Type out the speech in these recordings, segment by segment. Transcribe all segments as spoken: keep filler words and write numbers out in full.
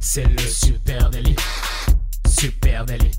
C'est le super délit. Super délit.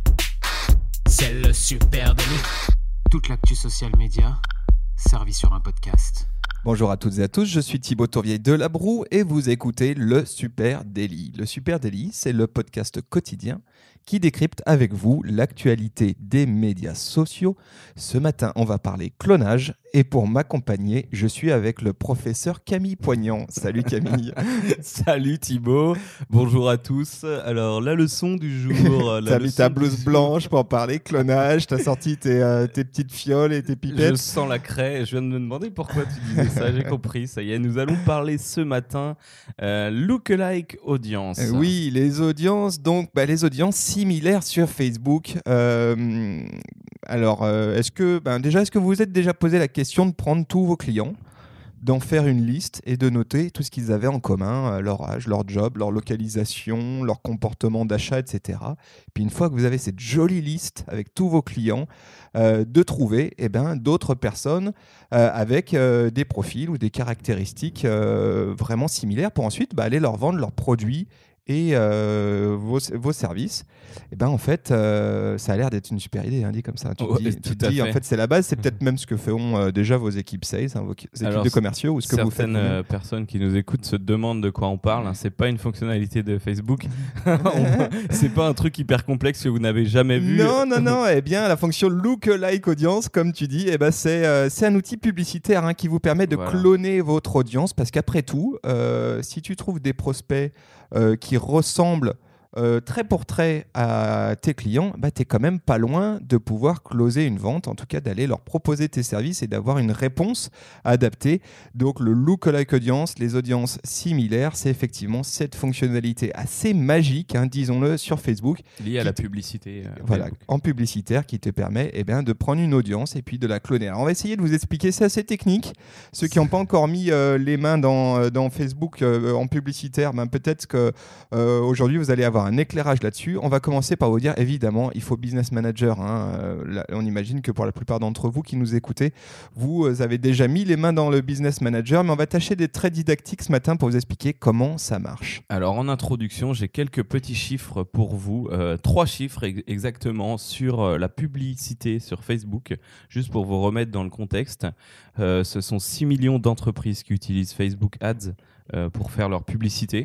C'est le super délit. Toute l'actu social média servie sur un podcast. Bonjour à toutes et à tous, je suis Thibaut Tourvieille de La Broue et vous écoutez le Super Daily. Le Super Daily, c'est le podcast quotidien qui décrypte avec vous l'actualité des médias sociaux. Ce matin, on va parler clonage et pour m'accompagner, je suis avec le professeur Camille Poignant. Salut Camille. Salut Thibaut, bonjour à tous. Alors la leçon du jour... T'as mis ta blouse blanche pour parler clonage, t'as sorti tes, euh, tes petites fioles et tes pipettes. Je sens la craie, je viens de me demander pourquoi tu disais ça, j'ai compris, ça y est, nous allons parler ce matin euh, lookalike audience. Euh, oui, les audiences, donc bah, les audiences similaires sur Facebook. Euh, alors, euh, est-ce que, ben, déjà, est-ce que vous vous êtes déjà posé la question de prendre tous vos clients, d'en faire une liste et de noter tout ce qu'ils avaient en commun, leur âge, leur job, leur localisation, leur comportement d'achat, et cetera. Puis une fois que vous avez cette jolie liste avec tous vos clients, euh, de trouver eh ben, d'autres personnes euh, avec euh, des profils ou des caractéristiques euh, vraiment similaires pour ensuite bah, aller leur vendre leurs produits et euh, vos, vos services. Et ben en fait, euh, ça a l'air d'être une super idée, hein, dit comme ça. Tu Ouais, te dis, tu te dis fait. en fait, c'est la base. C'est peut-être même ce que font euh, déjà vos équipes sales, hein, vos équipes Alors, de commerciaux, ou ce que vous faites. Certaines euh, personnes qui nous écoutent se demandent de quoi on parle. Hein. C'est pas une fonctionnalité de Facebook. on... C'est pas un truc hyper complexe que vous n'avez jamais vu. Non, non, non. Eh bien, la fonction lookalike audience, comme tu dis, eh ben, c'est, euh, c'est un outil publicitaire hein, qui vous permet de Voilà. cloner votre audience. Parce qu'après tout, euh, si tu trouves des prospects euh, qui ressemblent Euh, trait pour trait à tes clients, bah, tu es quand même pas loin de pouvoir closer une vente, en tout cas d'aller leur proposer tes services et d'avoir une réponse adaptée. Donc le lookalike audience, les audiences similaires, c'est effectivement cette fonctionnalité assez magique, hein, disons-le, sur Facebook. Liée à la te... publicité. Euh, voilà, Facebook. en publicitaire qui te permet eh bien, de prendre une audience et puis de la cloner. Alors on va essayer de vous expliquer, c'est assez technique. Ceux qui n'ont pas encore mis euh, les mains dans, dans Facebook euh, en publicitaire, ben, peut-être qu'aujourd'hui euh, vous allez avoir un éclairage là-dessus. On va commencer par vous dire, évidemment, il faut business manager. Hein. Euh, là, on imagine que pour la plupart d'entre vous qui nous écoutez, vous euh, avez déjà mis les mains dans le business manager, mais on va tâcher d'être très didactique ce matin pour vous expliquer comment ça marche. Alors en introduction, j'ai quelques petits chiffres pour vous. Euh, trois chiffres ex- exactement sur euh, la publicité sur Facebook, juste pour vous remettre dans le contexte. Euh, ce sont six millions d'entreprises qui utilisent Facebook Ads euh, pour faire leur publicité.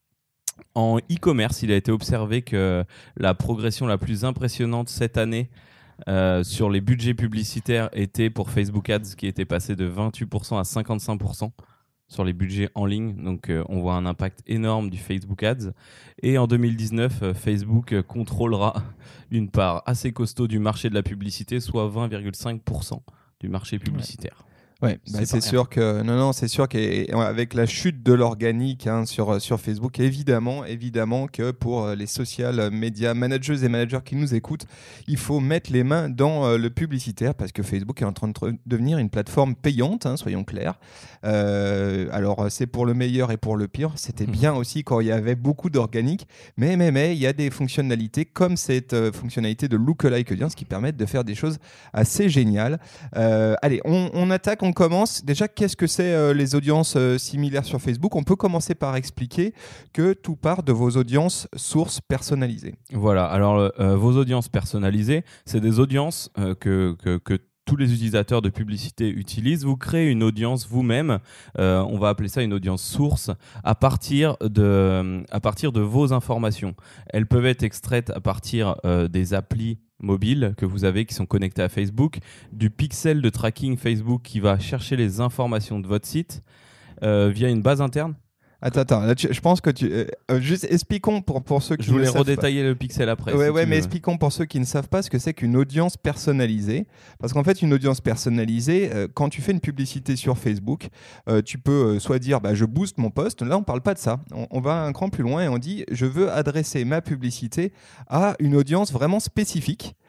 En e-commerce, il a été observé que la progression la plus impressionnante cette année euh, sur les budgets publicitaires était pour Facebook Ads, qui était passé de vingt-huit pour cent à cinquante-cinq pour cent sur les budgets en ligne. Donc, euh, on voit un impact énorme du Facebook Ads. Et en deux mille dix-neuf, euh, Facebook euh, contrôlera une part assez costaud du marché de la publicité, soit vingt virgule cinq pour cent du marché publicitaire. Ouais. Ouais, bah c'est c'est pas sûr que non non c'est sûr qu'avec la chute de l'organique hein, sur sur Facebook, évidemment évidemment que pour les social media managers et managers qui nous écoutent, il faut mettre les mains dans euh, le publicitaire parce que Facebook est en train de tr- devenir une plateforme payante, hein, soyons clairs. Euh, alors c'est pour le meilleur et pour le pire. C'était bien aussi quand il y avait beaucoup d'organique, mais mais mais il y a des fonctionnalités comme cette euh, fonctionnalité de lookalike audience qui permettent de faire des choses assez géniales. Euh, allez, on, on attaque. On commence. Déjà, qu'est-ce que c'est euh, les audiences euh, similaires sur Facebook ? On peut commencer par expliquer que tout part de vos audiences sources personnalisées. Voilà, alors euh, vos audiences personnalisées, c'est des audiences euh, que, que, que tous les utilisateurs de publicité utilisent. Vous créez une audience vous-même, euh, on va appeler ça une audience source, à partir de, à partir de vos informations. Elles peuvent être extraites à partir euh, des applis mobiles que vous avez qui sont connectés à Facebook, du pixel de tracking Facebook qui va chercher les informations de votre site euh, via une base interne. Attends, attends, là, tu, je pense que tu... Euh, juste expliquons pour, pour ceux qui Je voulais ne savent redétailler le pixel après. pas. Ouais, si ouais, tu mais veux. expliquons pour ceux qui ne savent pas ce que c'est qu'une audience personnalisée. Parce qu'en fait, une audience personnalisée, euh, quand tu fais une publicité sur Facebook, euh, tu peux euh, soit dire bah, je booste mon post. Là, on ne parle pas de ça. On, on va un cran plus loin et on dit je veux adresser ma publicité à une audience vraiment spécifique.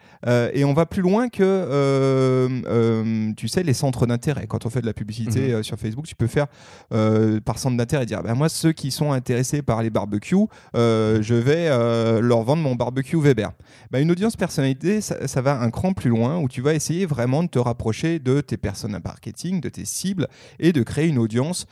Euh, et on va plus loin que, euh, euh, tu sais, les centres d'intérêt. Quand on fait de la publicité mmh. euh, sur Facebook, tu peux faire euh, par centre d'intérêt et dire bah, moi, ceux qui sont intéressés par les barbecues, euh, je vais euh, leur vendre mon barbecue Weber. Bah, une audience personnalisée, ça, ça va un cran plus loin où tu vas essayer vraiment de te rapprocher de tes personnes marketing, de tes cibles et de créer une audience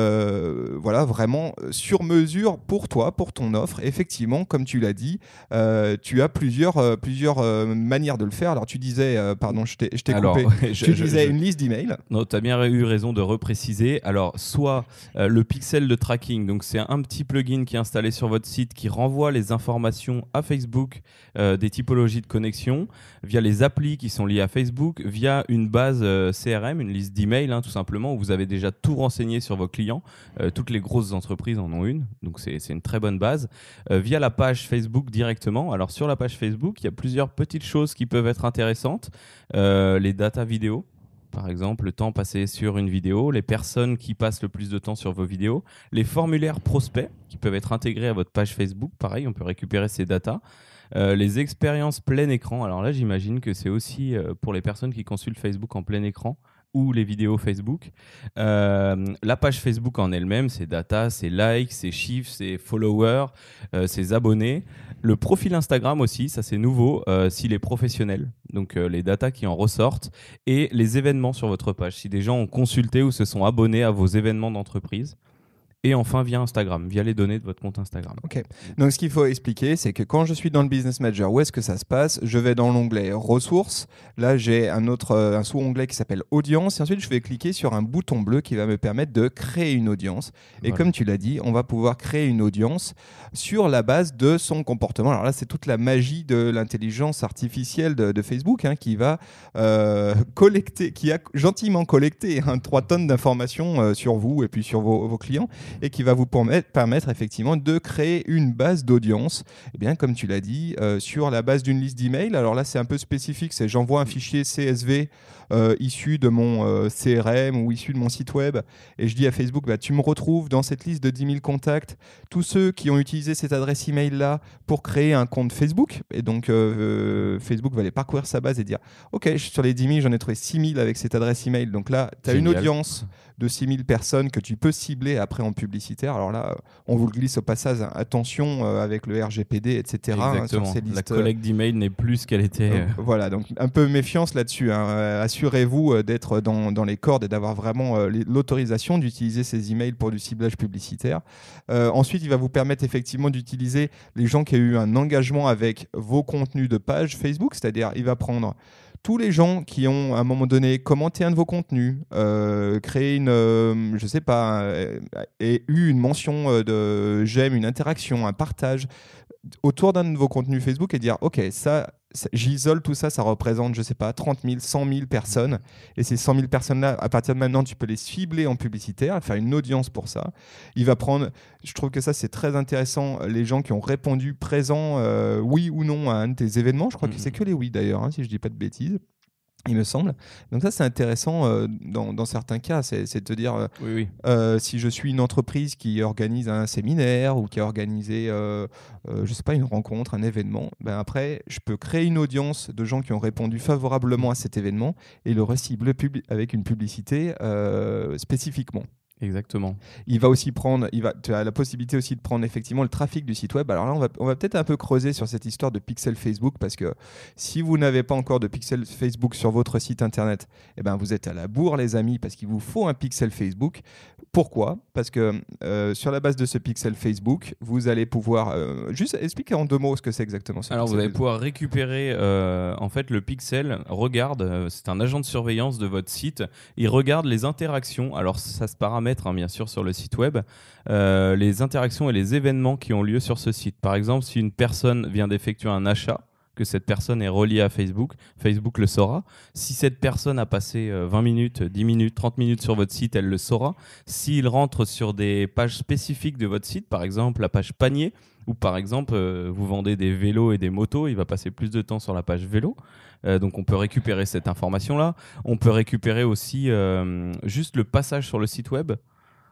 euh, voilà, vraiment sur mesure pour toi, pour ton offre. Effectivement, comme tu l'as dit, euh, tu as plusieurs, euh, plusieurs euh, manières de le faire. Alors, tu disais, euh, pardon, je t'ai, je t'ai Alors, coupé, je, tu je, disais je... une liste d'emails. Non, tu as bien eu raison de repréciser. Alors, soit euh, le pixel de tracking, donc c'est un petit plugin qui est installé sur votre site qui renvoie les informations à Facebook euh, des typologies de connexion via les applis qui sont liées à Facebook, via une base euh, C R M, une liste d'emails, hein, tout simplement, où vous avez déjà tout renseigné sur vos clients. Euh, toutes les grosses entreprises en ont une, donc c'est, c'est une très bonne base. Euh, via la page Facebook directement. Alors, sur la page Facebook, il y a plusieurs petites choses qui peuvent être intéressantes. Euh, les data vidéo. Par exemple, le temps passé sur une vidéo, les personnes qui passent le plus de temps sur vos vidéos, les formulaires prospects qui peuvent être intégrés à votre page Facebook, pareil, on peut récupérer ces datas, euh, les expériences plein écran, alors là j'imagine que c'est aussi euh, pour les personnes qui consultent Facebook en plein écran, ou les vidéos Facebook. Euh, la page Facebook en elle-même, ses data, ses likes, ses chiffres, ses followers, euh, ses abonnés. Le profil Instagram aussi, ça c'est nouveau, euh, s'il est professionnel, donc euh, les datas qui en ressortent, et les événements sur votre page, si des gens ont consulté ou se sont abonnés à vos événements d'entreprise. Et enfin via Instagram, via les données de votre compte Instagram. Ok. Donc ce qu'il faut expliquer, c'est que quand je suis dans le Business Manager, où est-ce que ça se passe ? Je vais dans l'onglet Ressources. Là, j'ai un autre, un sous-onglet qui s'appelle Audience. Et ensuite, je vais cliquer sur un bouton bleu qui va me permettre de créer une audience. Et voilà. Comme tu l'as dit, on va pouvoir créer une audience sur la base de son comportement. Alors là, c'est toute la magie de l'intelligence artificielle de, de Facebook hein, qui va euh, collecter, qui a gentiment collecté hein, trois tonnes d'informations euh, sur vous et puis sur vos, vos clients. Et qui va vous permettre, permettre effectivement de créer une base d'audience, eh bien, comme tu l'as dit, euh, sur la base d'une liste d'emails. Alors là, c'est un peu spécifique, c'est j'envoie un fichier C S V euh, issu de mon euh, C R M ou issu de mon site web et je dis à Facebook, bah, tu me retrouves dans cette liste de dix mille contacts, tous ceux qui ont utilisé cette adresse email-là pour créer un compte Facebook. Et donc, euh, Facebook va aller parcourir sa base et dire, OK, sur les dix mille, j'en ai trouvé six mille avec cette adresse email. Donc là, tu as une audience de six mille personnes que tu peux cibler après en publicitaire. Alors là, on vous le glisse au passage, attention euh, avec le R G P D, et cetera. Exactement. Hein, sur ces listes. La collecte d'emails n'est plus ce qu'elle était. Donc, voilà, donc un peu méfiance là-dessus. Hein. Euh, assurez-vous euh, d'être dans, dans les cordes et d'avoir vraiment euh, l'autorisation d'utiliser ces emails pour du ciblage publicitaire. Euh, ensuite, il va vous permettre effectivement d'utiliser les gens qui ont eu un engagement avec vos contenus de page Facebook, c'est-à-dire il va prendre tous les gens qui ont, à un moment donné, commenté un de vos contenus, euh, créé une, euh, je sais pas, euh, et eu une mention euh, de j'aime, une interaction, un partage autour d'un de vos contenus Facebook et dire, OK, ça, ça, j'isole tout ça, ça représente, je sais pas, trente mille, cent mille personnes. Et ces cent mille personnes-là, à partir de maintenant, tu peux les cibler en publicitaire, faire une audience pour ça. Il va prendre, je trouve que ça, c'est très intéressant, les gens qui ont répondu présent, euh, oui ou non, à un de tes événements. Je crois mmh. que c'est que les oui d'ailleurs, hein, si je dis pas de bêtises. Il me semble. Donc ça, c'est intéressant euh, dans, dans certains cas. C'est, c'est de te dire, euh, oui, oui. Euh, si je suis une entreprise qui organise un séminaire ou qui a organisé, euh, euh, je sais pas, une rencontre, un événement, ben après, je peux créer une audience de gens qui ont répondu favorablement à cet événement et le recibler pub- avec une publicité euh, spécifiquement. Exactement. Il va aussi prendre, il va, tu as la possibilité aussi de prendre effectivement le trafic du site web. Alors là, on va, on va peut-être un peu creuser sur cette histoire de pixel Facebook parce que si vous n'avez pas encore de pixel Facebook sur votre site internet, eh ben vous êtes à la bourre, les amis, parce qu'il vous faut un pixel Facebook. Pourquoi ? Parce que euh, sur la base de ce pixel Facebook, vous allez pouvoir euh, juste expliquer en deux mots ce que c'est exactement. Ce Alors vous allez Facebook. pouvoir récupérer euh, en fait le pixel. Regarde, euh, c'est un agent de surveillance de votre site. Il regarde les interactions. Alors ça se paramètre Hein, bien sûr sur le site web, euh, les interactions et les événements qui ont lieu sur ce site. Par exemple, si une personne vient d'effectuer un achat, que cette personne est reliée à Facebook, Facebook le saura. Si cette personne a passé euh, vingt minutes, dix minutes, trente minutes sur votre site, elle le saura. S'il rentre sur des pages spécifiques de votre site, par exemple la page panier, ou par exemple euh, vous vendez des vélos et des motos, il va passer plus de temps sur la page vélo. Euh, donc on peut récupérer cette information-là. On peut récupérer aussi euh, juste le passage sur le site web.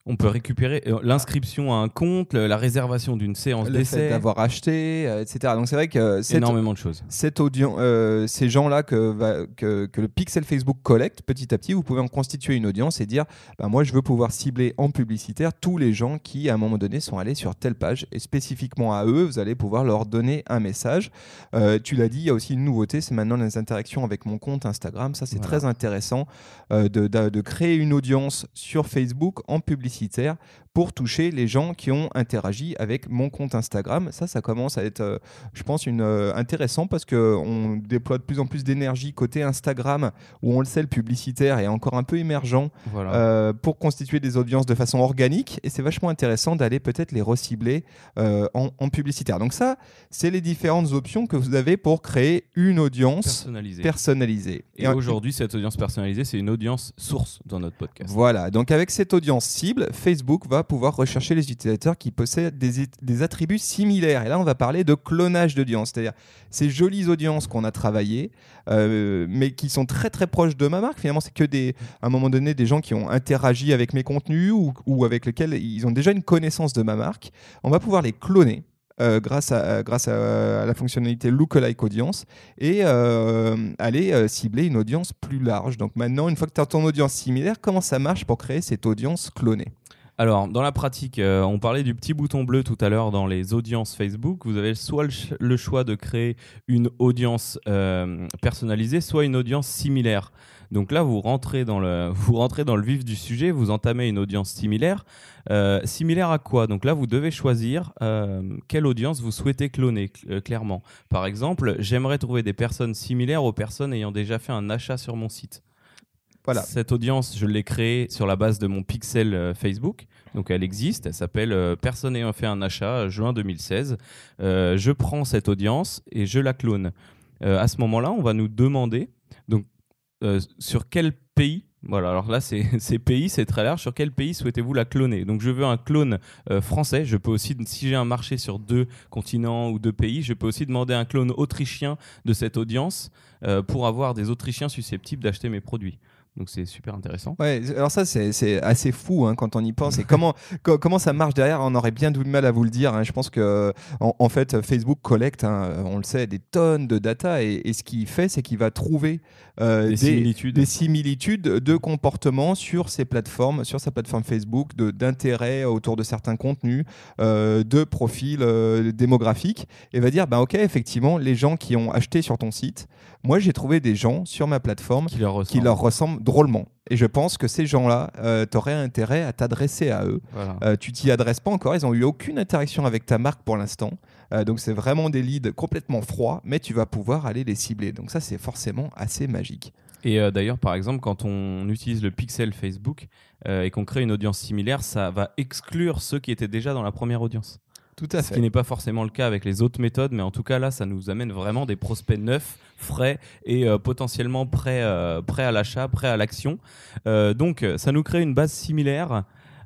On peut récupérer euh, l'inscription à un compte, le- la réservation d'une séance Le fait d'essai, d'avoir acheté, euh, et cetera. Donc c'est vrai que cette, énormément de choses. cette audien- euh, ces gens-là que, va- que, que le pixel Facebook collecte petit à petit, vous pouvez en constituer une audience et dire bah, moi je veux pouvoir cibler en publicitaire tous les gens qui à un moment donné sont allés sur telle page et spécifiquement à eux, vous allez pouvoir leur donner un message. Euh, tu l'as dit, il y a aussi une nouveauté, c'est maintenant les interactions avec mon compte Instagram. Ça c'est Voilà. très intéressant euh, de, de, de créer une audience sur Facebook en publicitaire pour toucher les gens qui ont interagi avec mon compte Instagram. Ça, ça commence à être, euh, je pense, une, euh, intéressant parce qu'on déploie de plus en plus d'énergie côté Instagram, où on le sait, le publicitaire est encore un peu émergent Voilà. euh, pour constituer des audiences de façon organique. Et c'est vachement intéressant d'aller peut-être les recibler euh, en, en publicitaire. Donc ça, c'est les différentes options que vous avez pour créer une audience Personnalisé. personnalisée. Et aujourd'hui, cette audience personnalisée, c'est une audience source dans notre podcast. Voilà, donc avec cette audience cible, Facebook va pouvoir rechercher les utilisateurs qui possèdent des, des attributs similaires. Et là, on va parler de clonage d'audience, c'est-à-dire ces jolies audiences qu'on a travaillées, euh, mais qui sont très très proches de ma marque. Finalement, c'est que des, à un moment donné, des gens qui ont interagi avec mes contenus ou, ou avec lesquels ils ont déjà une connaissance de ma marque. On va pouvoir les cloner. Euh, grâce, à, grâce à, à la fonctionnalité Lookalike Audience et euh, aller euh, cibler une audience plus large. Donc maintenant, une fois que tu as ton audience similaire, comment ça marche pour créer cette audience clonée ? Alors, dans la pratique, euh, on parlait du petit bouton bleu tout à l'heure dans les audiences Facebook. Vous avez soit le, ch- le choix de créer une audience euh, personnalisée, soit une audience similaire. Donc là, vous rentrez dans le, vous rentrez dans le vif du sujet, vous entamez une audience similaire. Euh, similaire à quoi ? Donc là, vous devez choisir euh, quelle audience vous souhaitez cloner, cl- euh, clairement. Par exemple, j'aimerais trouver des personnes similaires aux personnes ayant déjà fait un achat sur mon site. Voilà. Cette audience, je l'ai créée sur la base de mon pixel euh, Facebook. Donc elle existe, elle s'appelle euh, Personne ayant fait un achat, euh, juin deux mille seize. Euh, je prends cette audience et je la clone. Euh, à ce moment-là, on va nous demander donc, euh, sur quel pays. Voilà, alors là, c'est, c'est pays, c'est très large. Sur quel pays souhaitez-vous la cloner ? Donc, je veux un clone euh, français. Je peux aussi, si j'ai un marché sur deux continents ou deux pays, je peux aussi demander un clone autrichien de cette audience euh, pour avoir des Autrichiens susceptibles d'acheter mes produits. Donc c'est super intéressant. Ouais, alors ça c'est, c'est assez fou hein, quand on y pense. Et comment, co- comment ça marche derrière, on aurait bien du mal à vous le dire. Hein. Je pense que en, en fait Facebook collecte, hein, on le sait, des tonnes de data et, et ce qu'il fait, c'est qu'il va trouver euh, Des des, similitudes. des similitudes de comportement sur ces plateformes, sur sa plateforme Facebook, de, d'intérêt autour de certains contenus, euh, de profils euh, démographiques, et va dire, bah, ok, effectivement, les gens qui ont acheté sur ton site, moi j'ai trouvé des gens sur ma plateforme Qui leur qui ressemble. leur ressemblent drôlement. Et je pense que ces gens-là, euh, tu aurais intérêt à t'adresser à eux. Voilà. Euh, tu t'y adresses pas encore, ils n'ont eu aucune interaction avec ta marque pour l'instant. Euh, donc c'est vraiment des leads complètement froids, mais tu vas pouvoir aller les cibler. Donc ça, c'est forcément assez magique. Et euh, d'ailleurs, par exemple, quand on utilise le pixel Facebook euh, et qu'on crée une audience similaire, ça va exclure ceux qui étaient déjà dans la première audience. Tout à Ce fait. qui n'est pas forcément le cas avec les autres méthodes, mais en tout cas là, ça nous amène vraiment des prospects neufs, frais et euh, potentiellement prêts, euh, prêts à l'achat, prêts à l'action. Euh, donc, ça nous crée une base similaire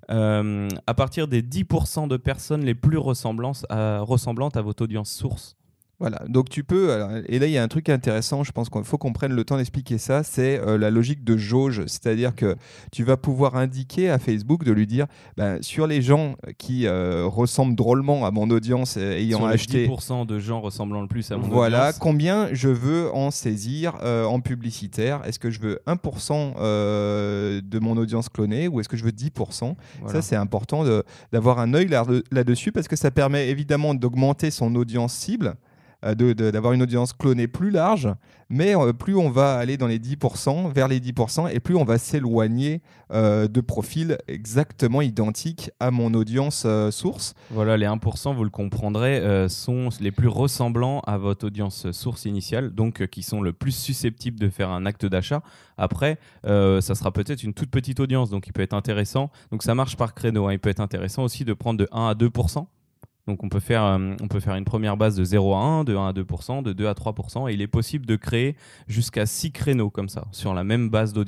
euh, à partir des dix pour cent de personnes les plus ressemblantes à, ressemblantes à votre audience source. Voilà, donc tu peux, alors, et là il y a un truc intéressant, je pense qu'il faut qu'on prenne le temps d'expliquer ça, c'est euh, la logique de jauge, c'est-à-dire que tu vas pouvoir indiquer à Facebook de lui dire, ben, sur les gens qui euh, ressemblent drôlement à mon audience euh, ayant Sur les acheté, dix pour cent de gens ressemblant le plus à mon voilà, audience. combien je veux en saisir euh, en publicitaire, est-ce que je veux un pour cent euh, de mon audience clonée ou est-ce que je veux dix pour cent? Voilà. Ça c'est important de, d'avoir un œil là- là-dessus parce que ça permet évidemment d'augmenter son audience cible, De, de, d'avoir une audience clonée plus large, mais euh, plus on va aller dans les dix pour cent, vers les dix pour cent, et plus on va s'éloigner euh, de profils exactement identiques à mon audience euh, source. Voilà, les un pour cent, vous le comprendrez, euh, sont les plus ressemblants à votre audience source initiale, donc euh, qui sont le plus susceptibles de faire un acte d'achat. Après, euh, ça sera peut-être une toute petite audience, donc il peut être intéressant. Donc ça marche par créneau, hein. Il peut être intéressant aussi de prendre de un à deux pour cent. Donc on peut, faire, euh, on peut faire une première base de zéro à un, de un à deux pour cent, de deux à trois pour cent, et il est possible de créer jusqu'à six créneaux comme ça, sur la même base d'audience.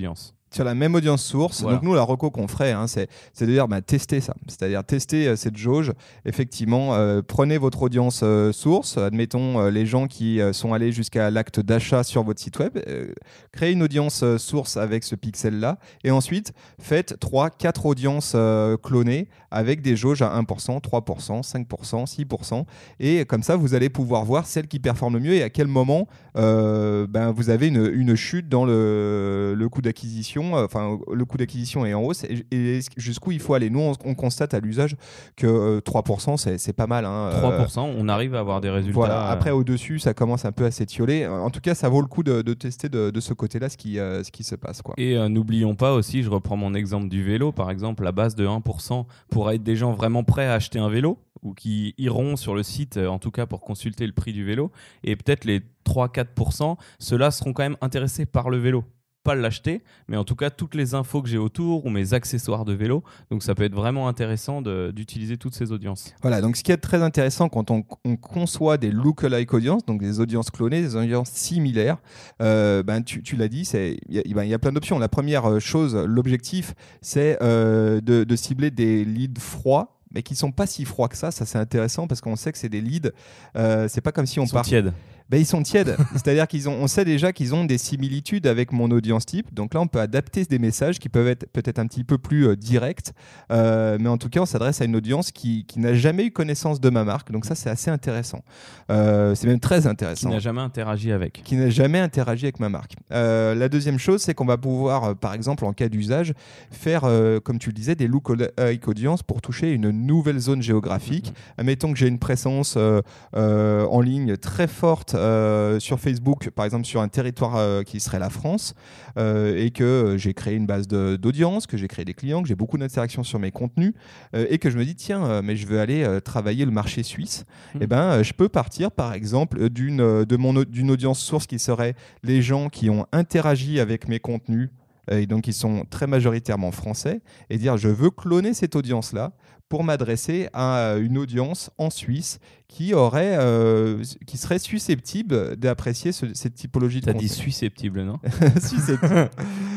sur la même audience source. Voilà. Donc nous, la reco qu'on ferait, hein, c'est, c'est de dire bah, tester ça. C'est-à-dire tester euh, cette jauge. Effectivement, euh, prenez votre audience euh, source. Admettons euh, les gens qui euh, sont allés jusqu'à l'acte d'achat sur votre site web. Euh, créez une audience euh, source avec ce pixel-là. Et ensuite, faites trois quatre audiences euh, clonées avec des jauges à un pour cent, trois pour cent, cinq pour cent, six pour cent. Et comme ça, vous allez pouvoir voir celle qui performe le mieux et à quel moment euh, ben, vous avez une, une chute dans le, le coût d'acquisition. Enfin, le coût d'acquisition est en hausse et, et jusqu'où il faut aller. Nous, on, on constate à l'usage que euh, trois pour cent, c'est, c'est pas mal. Hein. trois pour cent, on arrive à avoir des résultats. Voilà. Après, au-dessus, ça commence un peu à s'étioler. En tout cas, ça vaut le coup de, de tester de, de ce côté-là ce qui, euh, ce qui se passe. Quoi. Et euh, n'oublions pas aussi, je reprends mon exemple du vélo, par exemple, la base de un pour cent pourrait être des gens vraiment prêts à acheter un vélo ou qui iront sur le site, en tout cas pour consulter le prix du vélo. Et peut-être les trois à quatre pour cent, ceux-là seront quand même intéressés par le vélo. Pas l'acheter, mais en tout cas toutes les infos que j'ai autour ou mes accessoires de vélo. Donc ça peut être vraiment intéressant de, d'utiliser toutes ces audiences. Voilà, donc ce qui est très intéressant quand on, on conçoit des lookalike audiences, donc des audiences clonées, des audiences similaires, euh, ben tu, tu l'as dit, il y, ben, y a plein d'options. La première chose, l'objectif, c'est euh, de, de cibler des leads froids, mais qui sont pas si froids que ça. Ça, c'est intéressant parce qu'on sait que c'est des leads. Euh, c'est pas comme si on Ils sont part. tièdes. Ben, ils sont tièdes. C'est-à-dire qu'ils ont, on sait déjà qu'ils ont des similitudes avec mon audience type. Donc là, on peut adapter des messages qui peuvent être peut-être un petit peu plus euh, directs. Euh, mais en tout cas, on s'adresse à une audience qui, qui n'a jamais eu connaissance de ma marque. Donc ça, c'est assez intéressant. Euh, c'est même très intéressant. Qui n'a jamais interagi avec. Qui n'a jamais interagi avec ma marque. Euh, la deuxième chose, c'est qu'on va pouvoir, euh, par exemple, en cas d'usage, faire, euh, comme tu le disais, des lookalike audience pour toucher une nouvelle zone géographique. Mmh. Admettons que j'ai une présence euh, euh, en ligne très forte Euh, sur Facebook, par exemple sur un territoire euh, qui serait la France, euh, et que euh, j'ai créé une base de, d'audience, que j'ai créé des clients, que j'ai beaucoup d'interactions sur mes contenus, euh, et que je me dis tiens, euh, mais je veux aller euh, travailler le marché suisse, mmh. et ben euh, je peux partir par exemple d'une, euh, de mon, d'une audience source qui serait les gens qui ont interagi avec mes contenus, et donc ils sont très majoritairement français, et dire je veux cloner cette audience-là pour m'adresser à une audience en Suisse qui aurait, euh, qui serait susceptible d'apprécier ce, cette typologie de T'as contenu. dit susceptible, non? Susceptible.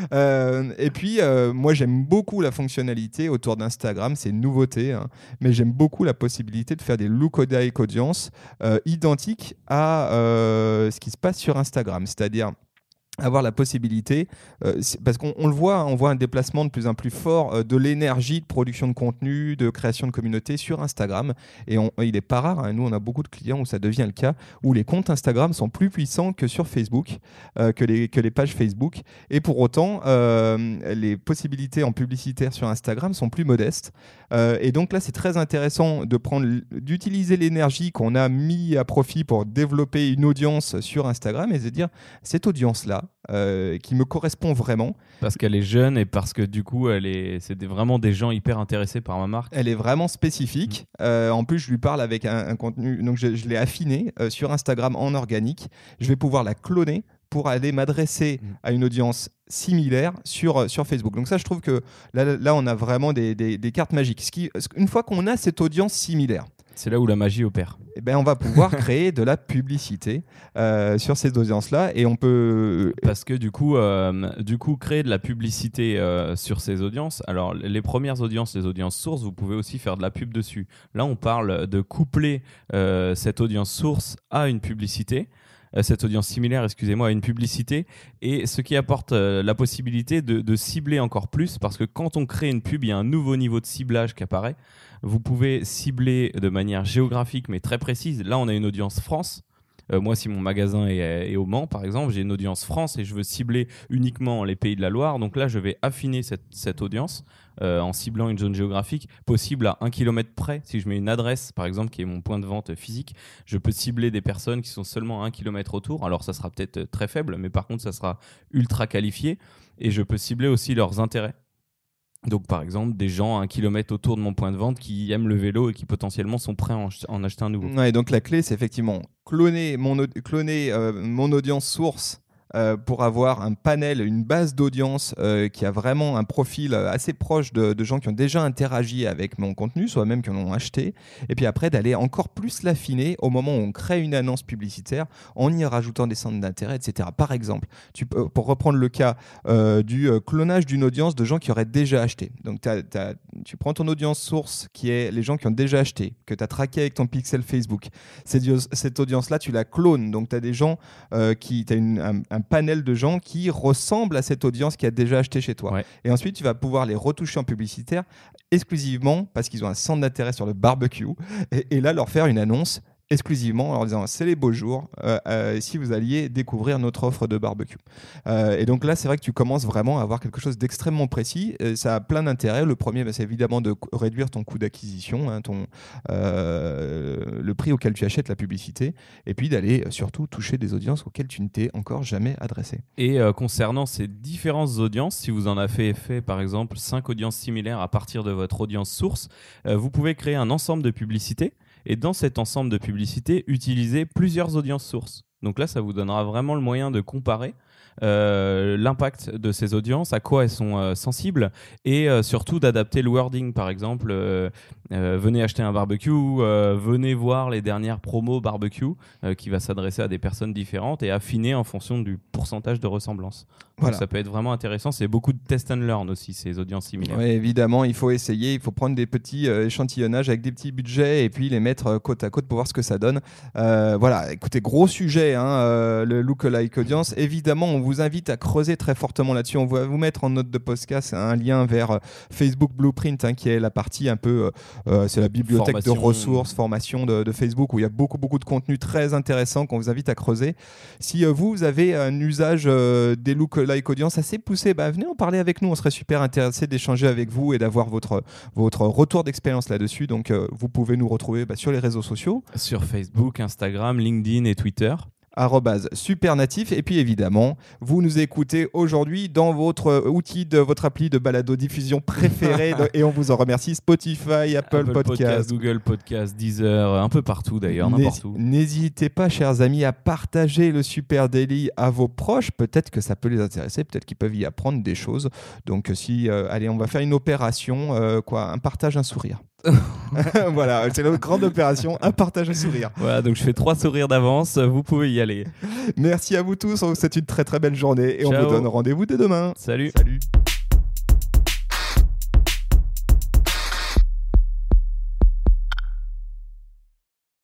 euh, et puis, euh, moi, j'aime beaucoup la fonctionnalité autour d'Instagram. C'est une nouveauté, hein, mais j'aime beaucoup la possibilité de faire des lookalike audiences euh, identiques à euh, ce qui se passe sur Instagram. C'est-à-dire avoir la possibilité, euh, parce qu'on on le voit, on voit un déplacement de plus en plus fort euh, de l'énergie de production de contenu, de création de communauté sur Instagram. Et on, il n'est pas rare, hein, nous on a beaucoup de clients où ça devient le cas, où les comptes Instagram sont plus puissants que sur Facebook, euh, que, les, que les pages Facebook. Et pour autant, euh, les possibilités en publicitaire sur Instagram sont plus modestes. Euh, et donc là, c'est très intéressant de prendre, d'utiliser l'énergie qu'on a mis à profit pour développer une audience sur Instagram et de dire, cette audience-là, Euh, qui me correspond vraiment. Parce qu'elle est jeune et parce que du coup, elle est, c'est des, vraiment des gens hyper intéressés par ma marque. Elle est vraiment spécifique. Mmh. Euh, en plus, je lui parle avec un, un contenu, donc je, je l'ai affiné euh, sur Instagram en organique. Je vais pouvoir la cloner pour aller m'adresser mmh. à une audience similaire sur, sur Facebook. Donc ça, je trouve que là, là on a vraiment des, des, des cartes magiques. Ce qui, une fois qu'on a cette audience similaire, c'est là où la magie opère. Eh ben, on va pouvoir créer de la publicité euh, sur ces audiences-là et on peut... Parce que du coup, euh, du coup créer de la publicité euh, sur ces audiences, alors les premières audiences, les audiences sources, vous pouvez aussi faire de la pub dessus. Là, on parle de coupler euh, cette audience source à une publicité. Cette audience similaire, excusez-moi, à une publicité, et ce qui apporte euh, la possibilité de, de cibler encore plus, parce que quand on crée une pub, il y a un nouveau niveau de ciblage qui apparaît. Vous pouvez cibler de manière géographique, mais très précise. Là, on a une audience France. Euh, moi, si mon magasin est, est au Mans, par exemple, j'ai une audience France et je veux cibler uniquement les Pays de la Loire. Donc là, je vais affiner cette, cette audience euh, en ciblant une zone géographique possible à un kilomètre près. Si je mets une adresse, par exemple, qui est mon point de vente physique, je peux cibler des personnes qui sont seulement à un kilomètre autour. Alors, ça sera peut-être très faible, mais par contre, ça sera ultra qualifié. Et je peux cibler aussi leurs intérêts. Donc, par exemple, des gens à un kilomètre autour de mon point de vente qui aiment le vélo et qui potentiellement sont prêts à en, en acheter un nouveau. Ouais, donc la clé, c'est effectivement cloner mon, cloner, euh, mon audience source euh, pour avoir un panel, une base d'audience euh, qui a vraiment un profil assez proche de, de gens qui ont déjà interagi avec mon contenu, soit même qui en ont acheté. Et puis après, d'aller encore plus l'affiner au moment où on crée une annonce publicitaire en y rajoutant des centres d'intérêt, et cetera. Par exemple, tu peux, pour reprendre le cas euh, du euh, clonage d'une audience de gens qui auraient déjà acheté. Donc, t'as, t'as, tu prends ton audience source qui est les gens qui ont déjà acheté, que tu as traqué avec ton pixel Facebook. Cette, cette audience-là, tu la clones. Donc, tu as des gens euh, qui, tu as un, un panel de gens qui ressemblent à cette audience qui a déjà acheté chez toi. Ouais. Et ensuite, tu vas pouvoir les retoucher en publicitaire exclusivement parce qu'ils ont un centre d'intérêt sur le barbecue. Et, et là, leur faire une annonce exclusivement en leur disant c'est les beaux jours euh, euh, si vous alliez découvrir notre offre de barbecue. Euh, et donc là, c'est vrai que tu commences vraiment à avoir quelque chose d'extrêmement précis. Et ça a plein d'intérêts. Le premier, bah, c'est évidemment de réduire ton coût d'acquisition, hein, ton, euh, le prix auquel tu achètes la publicité, et puis d'aller surtout toucher des audiences auxquelles tu ne t'es encore jamais adressé. Et euh, concernant ces différentes audiences, si vous en avez fait par exemple cinq audiences similaires à partir de votre audience source, euh, vous pouvez créer un ensemble de publicités. Et dans cet ensemble de publicités, utilisez plusieurs audiences sources. Donc là, ça vous donnera vraiment le moyen de comparer euh, l'impact de ces audiences, à quoi elles sont euh, sensibles, et euh, surtout d'adapter le wording. Par exemple, euh, euh, venez acheter un barbecue, euh, venez voir les dernières promos barbecue, euh, qui va s'adresser à des personnes différentes et affiner en fonction du pourcentage de ressemblance. Donc Voilà. ça peut être vraiment intéressant. C'est beaucoup de test and learn aussi, ces audiences similaires. Oui, évidemment, il faut essayer, il faut prendre des petits euh, échantillonnages avec des petits budgets et puis les mettre euh, côte à côte pour voir ce que ça donne. Euh, voilà, écoutez, gros sujet, hein, euh, le lookalike audience. Évidemment, on vous invite à creuser très fortement là-dessus. On va vous mettre en note de podcast un lien vers euh, Facebook Blueprint, hein, qui est la partie un peu, euh, c'est la bibliothèque Formation. de ressources, formation de, de Facebook, où il y a beaucoup, beaucoup de contenu très intéressant qu'on vous invite à creuser. Si euh, vous, vous avez un usage euh, des lookalike audience assez poussé, bah, venez en parler avec nous. On serait super intéressé d'échanger avec vous et d'avoir votre, votre retour d'expérience là-dessus. Donc, euh, vous pouvez nous retrouver bah, sur les réseaux sociaux. Sur Facebook, Instagram, LinkedIn et Twitter. arobase supernatif. Et puis évidemment, vous nous écoutez aujourd'hui dans votre outil de votre appli de balado-diffusion préférée de- et on vous en remercie, Spotify, Apple, Apple Podcast. Google Podcast, Deezer, un peu partout d'ailleurs, n'importe où. N'hésitez pas, chers amis, à partager le Super Daily à vos proches. Peut-être que ça peut les intéresser, peut-être qu'ils peuvent y apprendre des choses. Donc si, euh, allez, on va faire une opération, euh, quoi, un partage, un sourire. Voilà, c'est notre grande opération, un partage, un sourire. Voilà, donc je fais trois sourires d'avance, vous pouvez y aller. Merci à vous tous, on vous souhaite une très très belle journée et on Ciao. vous donne rendez-vous dès demain. Salut. Salut.